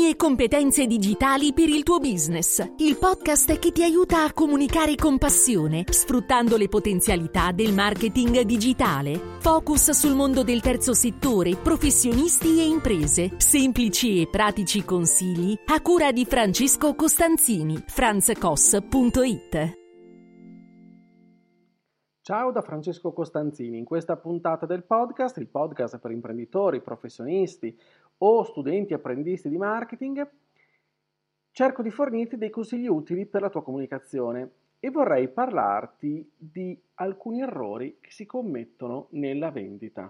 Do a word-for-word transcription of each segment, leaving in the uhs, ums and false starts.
Soluzioni e competenze digitali per il tuo business. Il podcast che ti aiuta a comunicare con passione, sfruttando le potenzialità del marketing digitale. Focus sul mondo del terzo settore, professionisti e imprese. Semplici e pratici consigli a cura di Francesco Costanzini. franz cos punto it. Ciao da Francesco Costanzini. In questa puntata del podcast, il podcast per imprenditori, professionisti o studenti apprendisti di marketing, cerco di fornirti dei consigli utili per la tua comunicazione e vorrei parlarti di alcuni errori che si commettono nella vendita.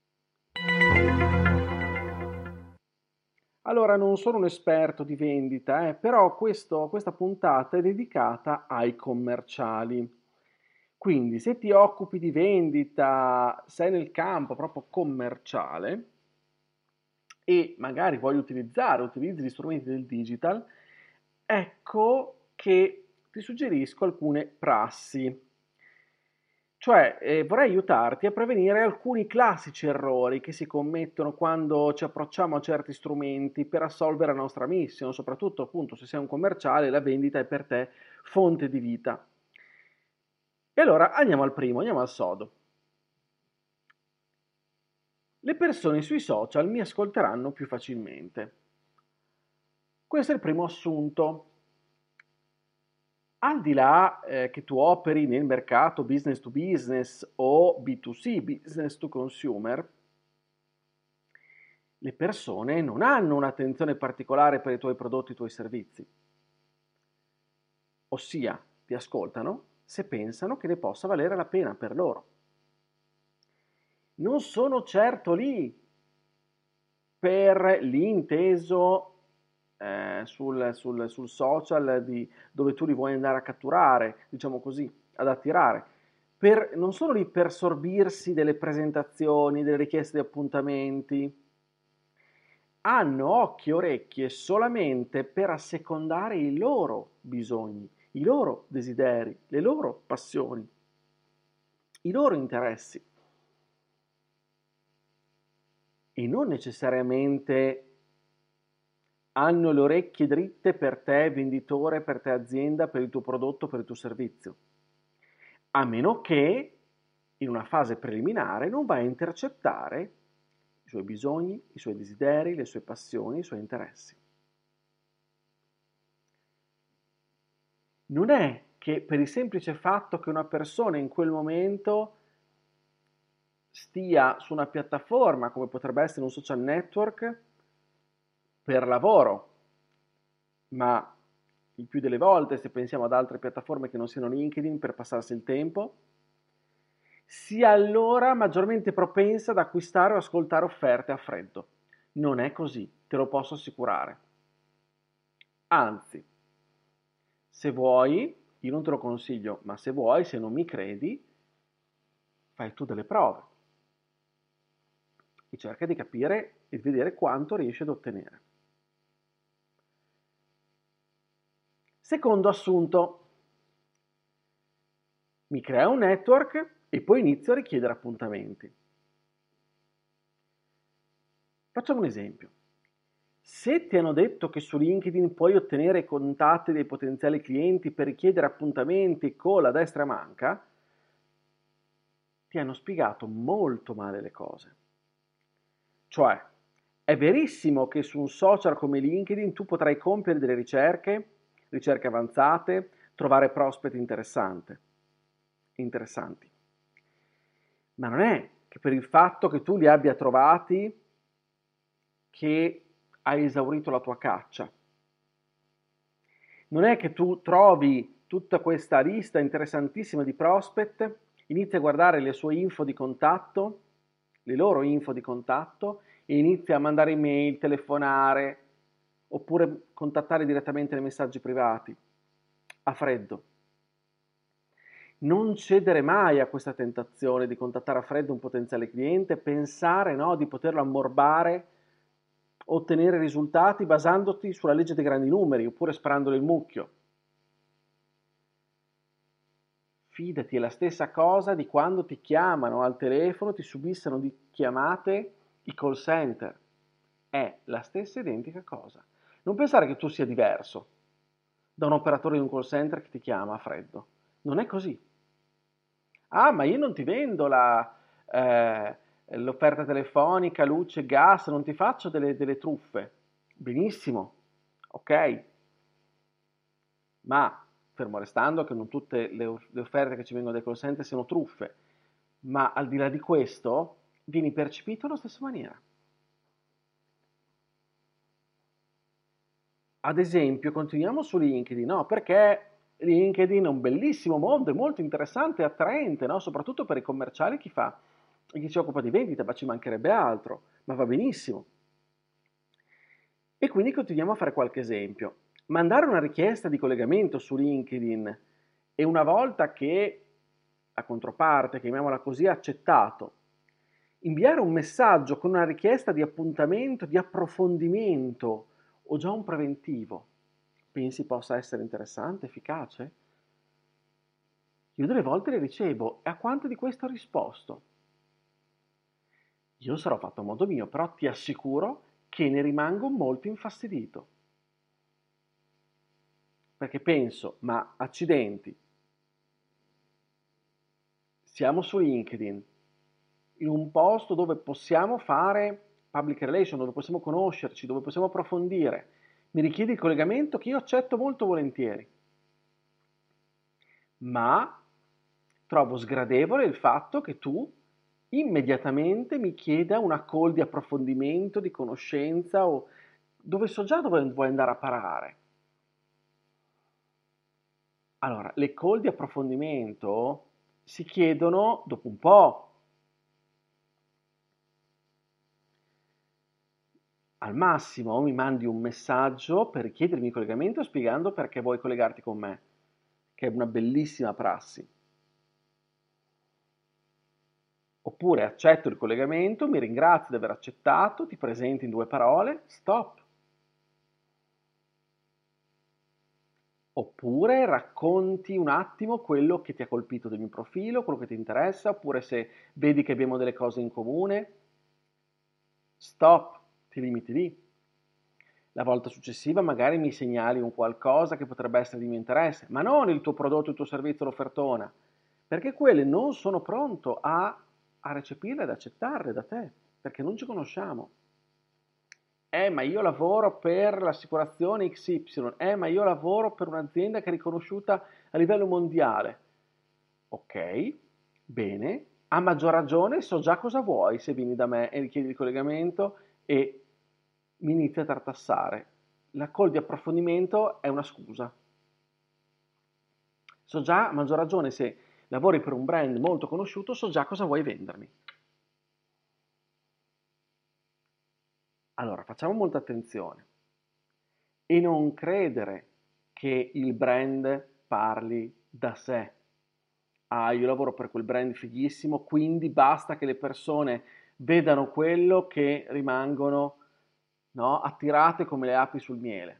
Allora, non sono un esperto di vendita, eh, però questo, questa puntata è dedicata ai commerciali. Quindi se ti occupi di vendita, sei nel campo proprio commerciale e magari vuoi utilizzare, utilizzi gli strumenti del digital, ecco che ti suggerisco alcune prassi. Cioè eh, vorrei aiutarti a prevenire alcuni classici errori che si commettono quando ci approcciamo a certi strumenti per assolvere la nostra mission, soprattutto appunto se sei un commerciale, la vendita è per te fonte di vita. E allora andiamo al primo, andiamo al sodo. Le persone sui social mi ascolteranno più facilmente. Questo è il primo assunto. Al di là eh, che tu operi nel mercato business to business o B to C, business to consumer, le persone non hanno un'attenzione particolare per i tuoi prodotti e i tuoi servizi. Ossia, ti ascoltano se pensano che ne possa valere la pena per loro. Non sono certo lì per l'inteso eh, sul, sul, sul social di, dove tu li vuoi andare a catturare, diciamo così, ad attirare. Per, non sono lì per sorbirsi delle presentazioni, delle richieste di appuntamenti. Hanno occhi e orecchie solamente per assecondare i loro bisogni, i loro desideri, le loro passioni, i loro interessi. E non necessariamente hanno le orecchie dritte per te venditore, per te azienda, per il tuo prodotto, per il tuo servizio. A meno che in una fase preliminare non vai a intercettare i suoi bisogni, i suoi desideri, le sue passioni, i suoi interessi. Non è che per il semplice fatto che una persona in quel momento stia su una piattaforma come potrebbe essere un social network per lavoro, ma il più delle volte, se pensiamo ad altre piattaforme che non siano LinkedIn per passarsi il tempo, sia allora maggiormente propensa ad acquistare o ascoltare offerte a freddo. Non è così, te lo posso assicurare. Anzi, se vuoi, io non te lo consiglio, ma se vuoi, se non mi credi, fai tu delle prove e cerca di capire e di vedere quanto riesci ad ottenere. Secondo assunto, mi crea un network e poi inizio a richiedere appuntamenti. Facciamo un esempio. Se ti hanno detto che su LinkedIn puoi ottenere i contatti dei potenziali clienti per richiedere appuntamenti con la destra manca, ti hanno spiegato molto male le cose. Cioè, è verissimo che su un social come LinkedIn tu potrai compiere delle ricerche, ricerche avanzate, trovare prospect interessante, interessanti. Ma non è che per il fatto che tu li abbia trovati che hai esaurito la tua caccia. Non è che tu trovi tutta questa lista interessantissima di prospect, inizi a guardare le sue info di contatto, le loro info di contatto e inizi a mandare email, telefonare oppure contattare direttamente nei messaggi privati a freddo. Non cedere mai a questa tentazione di contattare a freddo un potenziale cliente, pensare no, di poterlo ammorbare, ottenere risultati basandoti sulla legge dei grandi numeri oppure sparandole il mucchio. Fidati, è la stessa cosa di quando ti chiamano al telefono, ti subissano di chiamate i call center. È la stessa identica cosa. Non pensare che tu sia diverso da un operatore di un call center che ti chiama a freddo. Non è così. Ah, ma io non ti vendo la, eh, l'offerta telefonica, luce, gas, non ti faccio delle, delle truffe. Benissimo, ok, ma fermo restando che non tutte le, off- le offerte che ci vengono dai call center siano truffe, ma al di là di questo vieni percepito alla stessa maniera. Ad esempio, continuiamo su LinkedIn, no? Perché LinkedIn è un bellissimo mondo, è molto interessante e attraente, no? Soprattutto per i commerciali, chi fa, chi si occupa di vendita, ma ci mancherebbe altro, ma va benissimo. E quindi continuiamo a fare qualche esempio. Mandare una richiesta di collegamento su LinkedIn e una volta che la controparte, chiamiamola così, ha accettato, inviare un messaggio con una richiesta di appuntamento, di approfondimento o già un preventivo, pensi possa essere interessante, efficace? Io delle volte le ricevo e a quante di queste ho risposto? Io sarò fatto a modo mio, però ti assicuro che ne rimango molto infastidito. Perché penso, ma accidenti, siamo su LinkedIn, in un posto dove possiamo fare public relation, dove possiamo conoscerci, dove possiamo approfondire. Mi richiedi il collegamento che io accetto molto volentieri. Ma trovo sgradevole il fatto che tu immediatamente mi chieda una call di approfondimento, di conoscenza, o dove so già dove vuoi andare a parare. Allora, le call di approfondimento si chiedono dopo un po'. Al massimo mi mandi un messaggio per chiedermi il collegamento spiegando perché vuoi collegarti con me, che è una bellissima prassi. Oppure accetto il collegamento, mi ringrazio di aver accettato, ti presenti in due parole, stop. Oppure racconti un attimo quello che ti ha colpito del mio profilo, quello che ti interessa, oppure se vedi che abbiamo delle cose in comune, stop, ti limiti lì. La volta successiva magari mi segnali un qualcosa che potrebbe essere di mio interesse, ma non il tuo prodotto, il tuo servizio, l'offertona, perché quelle non sono pronto a, a recepirle, ad accettarle da te, perché non ci conosciamo. Eh, ma io lavoro per l'assicurazione X Y, eh, ma io lavoro per un'azienda che è riconosciuta a livello mondiale. Ok, bene, a maggior ragione so già cosa vuoi se vieni da me e richiedi il collegamento e mi inizi a tartassare. La call di approfondimento è una scusa. So già, a maggior ragione, se lavori per un brand molto conosciuto, so già cosa vuoi vendermi. Allora, facciamo molta attenzione e non credere che il brand parli da sé. Ah, io lavoro per quel brand fighissimo, quindi basta che le persone vedano quello che rimangono, no, attirate come le api sul miele.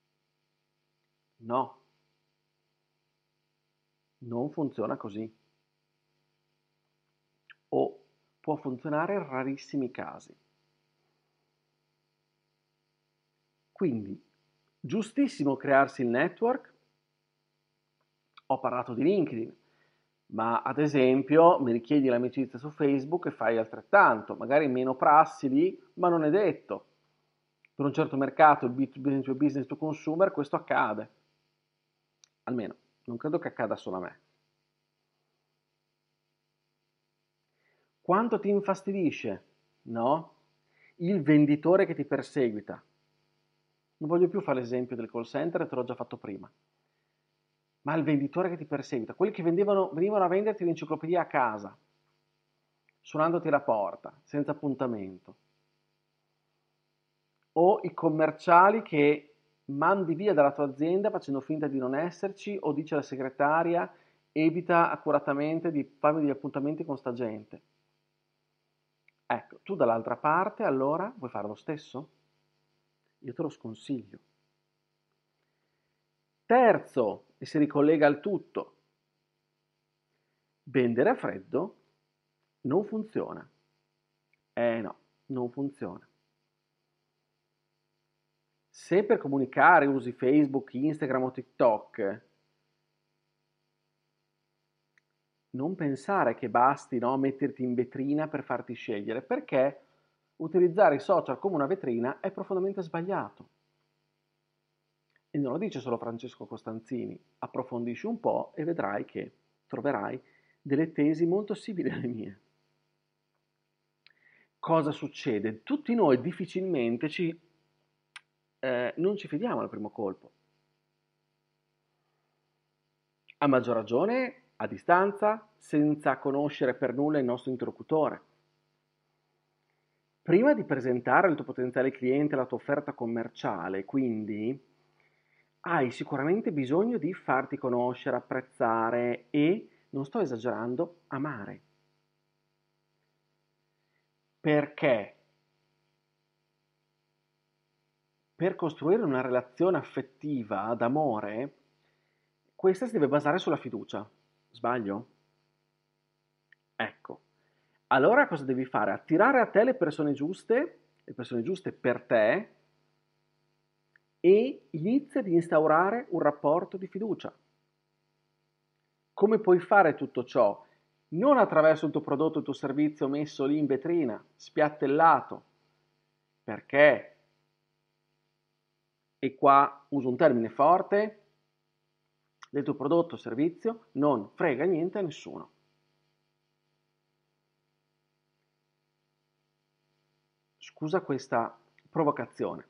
No, non funziona così. O può funzionare in rarissimi casi. Quindi, giustissimo crearsi il network. Ho parlato di LinkedIn, ma ad esempio mi richiedi l'amicizia su Facebook e fai altrettanto. Magari meno prassi lì, ma non è detto. Per un certo mercato, il business to business to consumer, questo accade. Almeno, non credo che accada solo a me. Quanto ti infastidisce, no? Il venditore che ti perseguita. Non voglio più fare l'esempio del call center, te l'ho già fatto prima. Ma il venditore che ti perseguita, quelli che vendevano, venivano a venderti l'enciclopedia a casa, suonandoti la porta, senza appuntamento. O i commerciali che mandi via dalla tua azienda facendo finta di non esserci, o dice alla segretaria, evita accuratamente di farmi degli appuntamenti con sta gente. Ecco, tu dall'altra parte allora vuoi fare lo stesso? Io te lo sconsiglio. Terzo, e si ricollega al tutto, vendere a freddo non funziona. Eh no, non funziona. Se per comunicare usi Facebook, Instagram o TikTok, non pensare che basti, no, metterti in vetrina per farti scegliere, perché utilizzare i social come una vetrina è profondamente sbagliato. E non lo dice solo Francesco Costanzini, approfondisci un po' e vedrai che troverai delle tesi molto simili alle mie. Cosa succede? Tutti noi difficilmente ci, eh, non ci fidiamo al primo colpo. A maggior ragione a distanza, senza conoscere per nulla il nostro interlocutore. Prima di presentare al tuo potenziale cliente la tua offerta commerciale, quindi, hai sicuramente bisogno di farti conoscere, apprezzare e, non sto esagerando, amare. Perché? Per costruire una relazione affettiva d'amore, questa si deve basare sulla fiducia. Sbaglio? Ecco. Allora cosa devi fare? Attirare a te le persone giuste, le persone giuste per te, e inizia ad instaurare un rapporto di fiducia. Come puoi fare tutto ciò? Non attraverso il tuo prodotto o il tuo servizio messo lì in vetrina, spiattellato, perché, e qua uso un termine forte, del tuo prodotto o servizio non frega niente a nessuno. Scusa questa provocazione.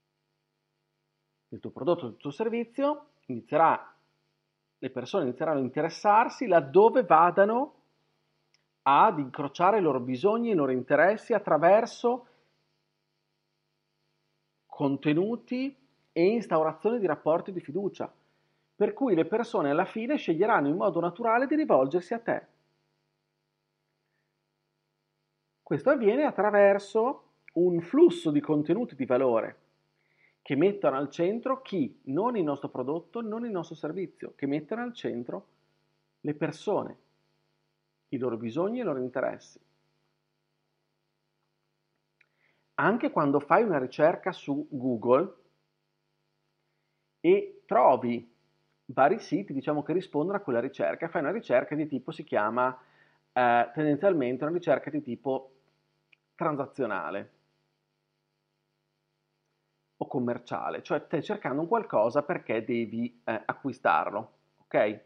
Il tuo prodotto o il tuo servizio inizierà, le persone inizieranno a interessarsi laddove vadano ad incrociare i loro bisogni e i loro interessi attraverso contenuti e instaurazione di rapporti di fiducia, per cui le persone alla fine sceglieranno in modo naturale di rivolgersi a te. Questo avviene attraverso un flusso di contenuti di valore che mettono al centro chi? Non il nostro prodotto, non il nostro servizio, che mettono al centro le persone, i loro bisogni e i loro interessi. Anche quando fai una ricerca su Google e trovi vari siti, diciamo, che rispondono a quella ricerca, fai una ricerca di tipo, si chiama eh, tendenzialmente una ricerca di tipo transazionale o commerciale, cioè stai cercando un qualcosa perché devi eh, acquistarlo, ok?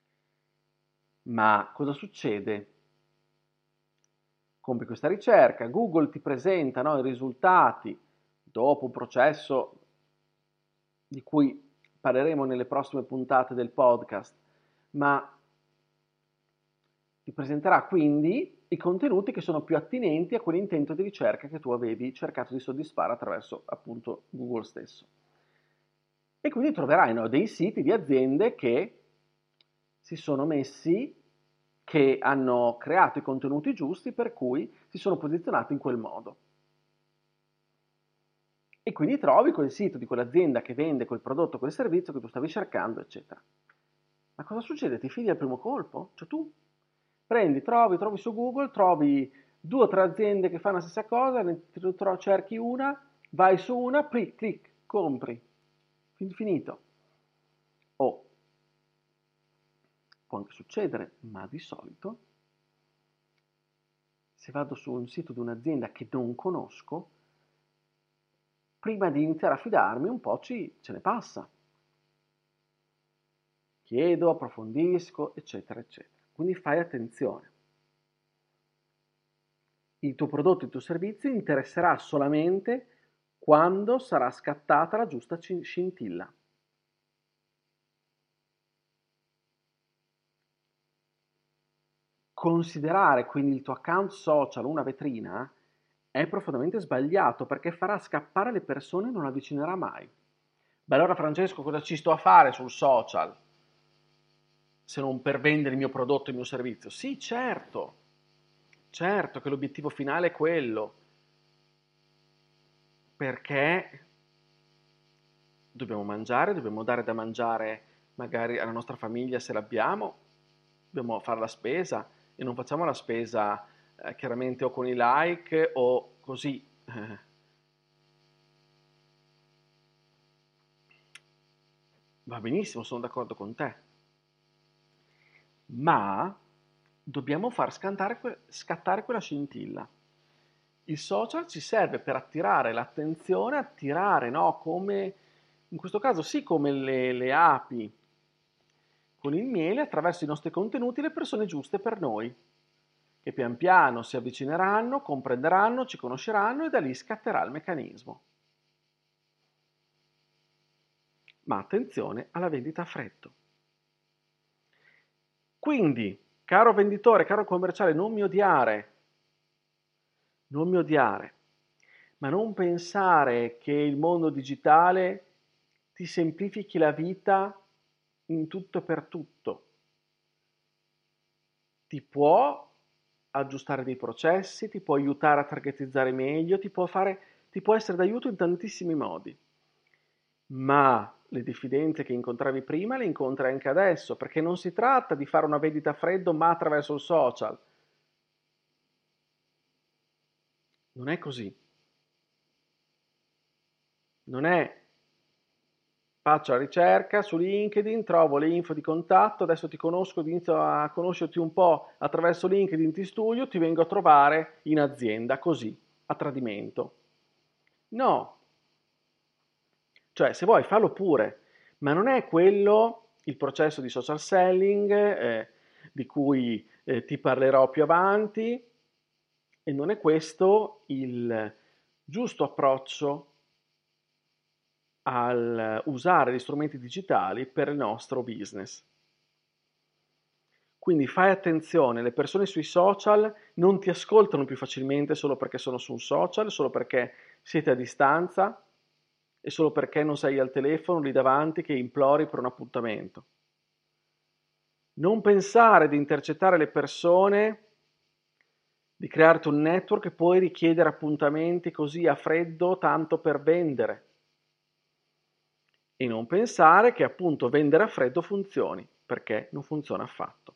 Ma cosa succede? Compri questa ricerca, Google ti presenta, no, i risultati dopo un processo di cui parleremo nelle prossime puntate del podcast, ma ti presenterà quindi i contenuti che sono più attinenti a quell'intento di ricerca che tu avevi cercato di soddisfare attraverso appunto Google stesso. E quindi troverai, no, dei siti di aziende che si sono messi, che hanno creato i contenuti giusti per cui si sono posizionati in quel modo. E quindi trovi quel sito di quell'azienda che vende quel prodotto, quel servizio che tu stavi cercando, eccetera. Ma cosa succede? Ti fidi al primo colpo? Cioè tu prendi, trovi, trovi su Google, trovi due o tre aziende che fanno la stessa cosa, ne tro- cerchi una, vai su una, clic, clic, compri. Fin- Finito. O può anche succedere, ma di solito, se vado su un sito di un'azienda che non conosco, prima di iniziare a fidarmi un po' ci, ce ne passa. Chiedo, approfondisco, eccetera, eccetera. Quindi fai attenzione. Il tuo prodotto, il tuo servizio interesserà solamente quando sarà scattata la giusta scintilla. Considerare quindi il tuo account social una vetrina è profondamente sbagliato perché farà scappare le persone e non avvicinerà mai. Beh, allora Francesco, cosa ci sto a fare sul social? Se non per vendere il mio prodotto e il mio servizio? Sì, certo, certo che l'obiettivo finale è quello, perché dobbiamo mangiare, dobbiamo dare da mangiare magari alla nostra famiglia se l'abbiamo, dobbiamo fare la spesa e non facciamo la spesa eh, chiaramente o con i like o così. Va benissimo, sono d'accordo con te. Ma dobbiamo far scattare, que- scattare quella scintilla. Il social ci serve per attirare l'attenzione, attirare, no, come, in questo caso sì, come le, le api con il miele, attraverso i nostri contenuti, le persone giuste per noi, che pian piano si avvicineranno, comprenderanno, ci conosceranno e da lì scatterà il meccanismo. Ma attenzione alla vendita a freddo. Quindi, caro venditore, caro commerciale, non mi odiare, non mi odiare, ma non pensare che il mondo digitale ti semplifichi la vita in tutto e per tutto. Ti può aggiustare dei processi, ti può aiutare a targetizzare meglio, ti può fare, ti può essere d'aiuto in tantissimi modi. Ma le diffidenze che incontravi prima le incontri anche adesso, perché non si tratta di fare una vendita a freddo ma attraverso il social. Non è così. Non è faccio la ricerca su LinkedIn, trovo le info di contatto, adesso ti conosco, inizio a conoscerti un po' attraverso LinkedIn, ti studio, ti vengo a trovare in azienda, così, a tradimento. No, cioè se vuoi fallo pure, ma non è quello il processo di social selling eh, di cui eh, ti parlerò più avanti e non è questo il giusto approccio al usare gli strumenti digitali per il nostro business. Quindi fai attenzione, le persone sui social non ti ascoltano più facilmente solo perché sono su un social, solo perché siete a distanza e solo perché non sei al telefono lì davanti che implori per un appuntamento. Non pensare di intercettare le persone, di crearti un network e poi richiedere appuntamenti così a freddo tanto per vendere. E non pensare che appunto vendere a freddo funzioni, perché non funziona affatto.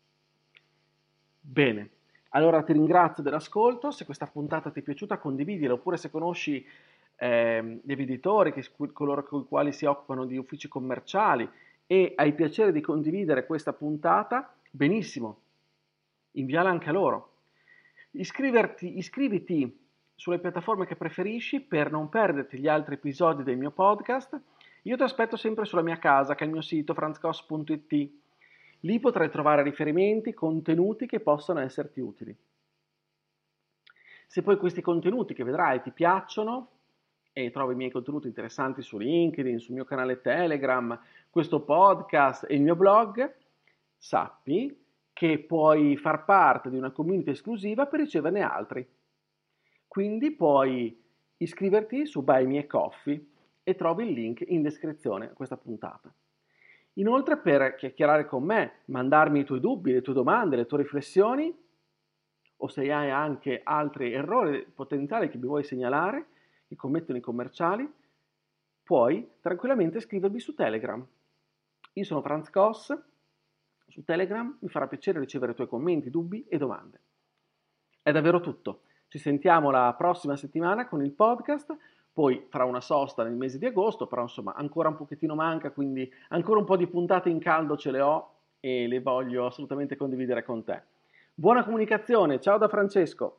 Bene, allora ti ringrazio dell'ascolto, se questa puntata ti è piaciuta condividila, oppure se conosci eh, dei venditori, che, coloro con i quali si occupano di uffici commerciali e hai piacere di condividere questa puntata, benissimo, inviala anche a loro. Iscriverti, iscriviti sulle piattaforme che preferisci per non perderti gli altri episodi del mio podcast. Io ti aspetto sempre sulla mia casa, che è il mio sito franz cos punto it. Lì potrai trovare riferimenti, contenuti che possono esserti utili. Se poi questi contenuti che vedrai ti piacciono e trovi i miei contenuti interessanti su LinkedIn, sul mio canale Telegram, questo podcast e il mio blog, sappi che puoi far parte di una community esclusiva per riceverne altri. Quindi puoi iscriverti su Buy Me a Coffee e trovi il link in descrizione a questa puntata. Inoltre, per chiacchierare con me, mandarmi i tuoi dubbi, le tue domande, le tue riflessioni, o se hai anche altri errori potenziali che mi vuoi segnalare, che commettono i commerciali, puoi tranquillamente scrivermi su Telegram. Io sono Franz Cos, su Telegram mi farà piacere ricevere i tuoi commenti, dubbi e domande. È davvero tutto. Ci sentiamo la prossima settimana con il podcast. Poi farà una sosta nel mese di agosto, però insomma ancora un pochettino manca, quindi ancora un po' di puntate in caldo ce le ho e le voglio assolutamente condividere con te. Buona comunicazione, ciao da Francesco!